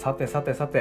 さて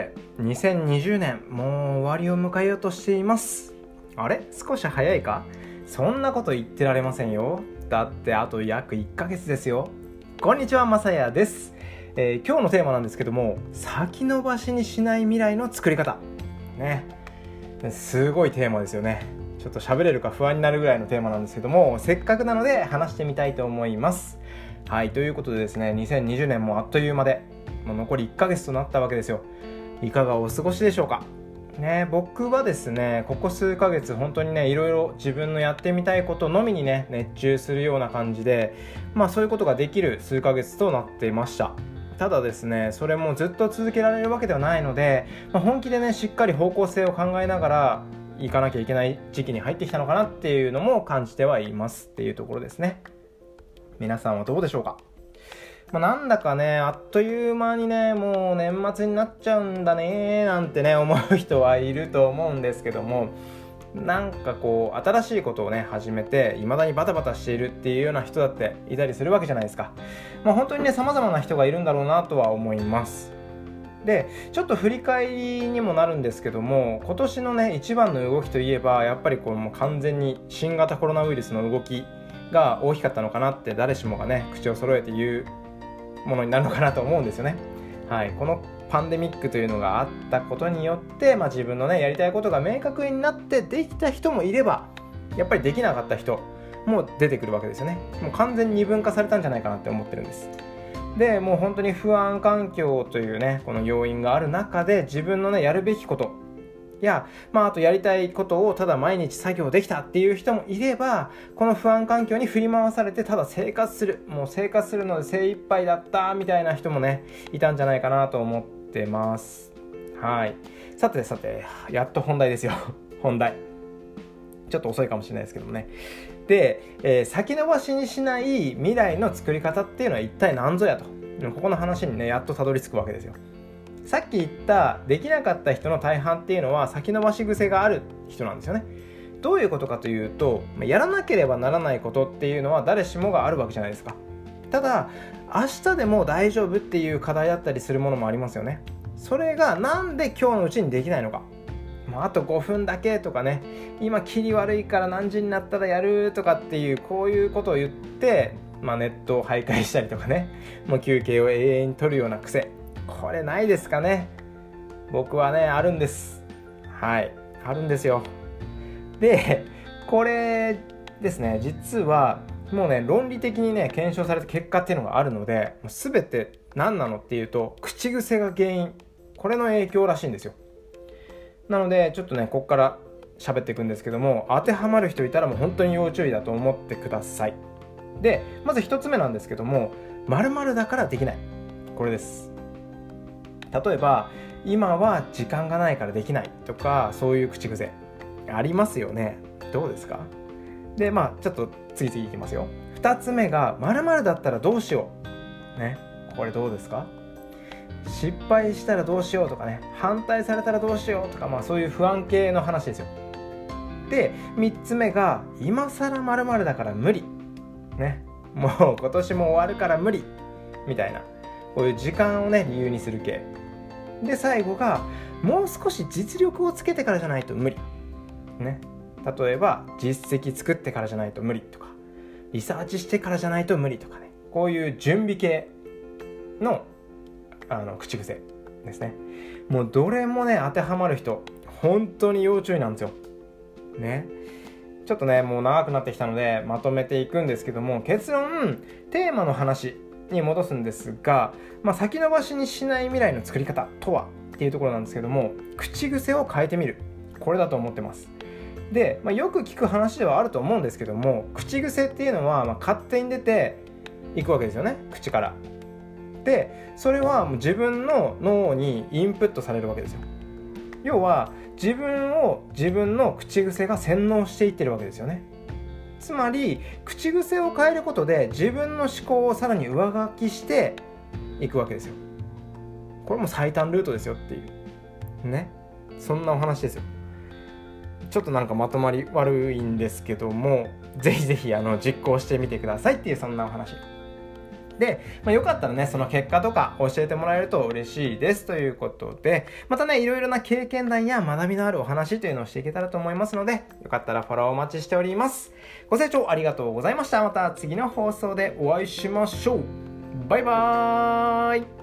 2020年もう終わりを迎えようとしています。あれ少し早いか。そんなこと言ってられませんよ。だってあと約1ヶ月ですよ。こんにちは、まさやです。今日のテーマなんですけども、先延ばしにしない未来の作り方ね。すごいテーマですよね。ちょっと喋れるか不安になるぐらいのテーマなんですけども、せっかくなので話してみたいと思います。はい、ということでですね、2020年もあっという間でもう残り1ヶ月となったわけですよ。いかがお過ごしでしょうかね。僕はですね、ここ数ヶ月本当にね、いろいろ自分のやってみたいことのみにね、熱中するような感じで、そういうことができる数ヶ月となっていました。ただですね、それもずっと続けられるわけではないので、本気でね、しっかり方向性を考えながら行かなきゃいけない時期に入ってきたのかなっていうのも感じてはいますっていうところですね。皆さんはどうでしょうか。なんだかね、あっという間にね、もう年末になっちゃうんだねなんてね、思う人はいると思うんですけども、なんかこう新しいことをね始めて未だにバタバタしているっていうような人だっていたりするわけじゃないですか。本当にね、様々な人がいるんだろうなとは思います。で、ちょっと振り返りにもなるんですけども、今年のね一番の動きといえば、やっぱりこうもう完全に新型コロナウイルスの動きが大きかったのかなって誰しもがね口を揃えて言うものになるのかなと思うんですよね。はい、このパンデミックというのがあったことによって、自分のねやりたいことが明確になってできた人もいれば、やっぱりできなかった人も出てくるわけですよね。もう完全に二分化されたんじゃないかなって思ってるんです。で、もう本当に不安環境というねこの要因がある中で、自分のねやるべきことや、あとやりたいことをただ毎日作業できたっていう人もいれば、この不安環境に振り回されてただ生活するので精一杯だったみたいな人もねいたんじゃないかなと思ってます。はい、さてやっと本題ですよ。本題ちょっと遅いかもしれないですけどもね。で、先延ばしにしない未来の作り方っていうのは一体何ぞやと、ここの話にねやっとたどり着くわけですよ。さっき言ったできなかった人の大半っていうのは先延ばし癖がある人なんですよね。どういうことかというと、やらなければならないことっていうのは誰しもがあるわけじゃないですか。ただ明日でも大丈夫っていう課題だったりするものもありますよね。それがなんで今日のうちにできないのか、あと5分だけとかね、今切り悪いから何時になったらやるとかっていう、こういうことを言って、ネットを徘徊したりとかね、もう休憩を永遠に取るような癖、これないですかね。僕はねあるんです。はい、あるんですよ。で、これですね、実はもうね論理的にね検証された結果っていうのがあるので、全て何なのっていうと口癖が原因、これの影響らしいんですよ。なのでちょっとねここから喋っていくんですけども、当てはまる人いたらもう本当に要注意だと思ってください。で、まず一つ目なんですけども、〇〇だからできない、これです。例えば今は時間がないからできないとか、そういう口癖ありますよね。どうですか。で、ちょっと次々いきますよ。2つ目が〇〇だったらどうしようね。これどうですか。失敗したらどうしようとかね、反対されたらどうしようとか、そういう不安系の話ですよ。で、3つ目が今更〇〇だから無理ね、もう今年も終わるから無理みたいな、こういう時間をね理由にする系で、最後がもう少し実力をつけてからじゃないと無理ね。例えば実績作ってからじゃないと無理とか、リサーチしてからじゃないと無理とかね、こういう準備系の口癖ですね。もうどれもね当てはまる人本当に要注意なんですよね。ちょっとねもう長くなってきたのでまとめていくんですけども、結論テーマの話に戻すんですが、先延ばしにしない未来の作り方とはっていうところなんですけども、口癖を変えてみる、これだと思ってます。で、よく聞く話ではあると思うんですけども、口癖っていうのは勝手に出ていくわけですよね、口から。で、それはもう自分の脳にインプットされるわけですよ。要は自分の口癖が洗脳していってるわけですよね。つまり口癖を変えることで自分の思考をさらに上書きしていくわけですよ。これも最短ルートですよっていうね、そんなお話ですよ。ちょっとなんかまとまり悪いんですけども、ぜひ実行してみてくださいっていう、そんなお話で、よかったらね、その結果とか教えてもらえると嬉しいですということで、またね、いろいろな経験談や学びのあるお話というのをしていけたらと思いますので、よかったらフォローお待ちしております。ご清聴ありがとうございました。また次の放送でお会いしましょう。バイバーイ。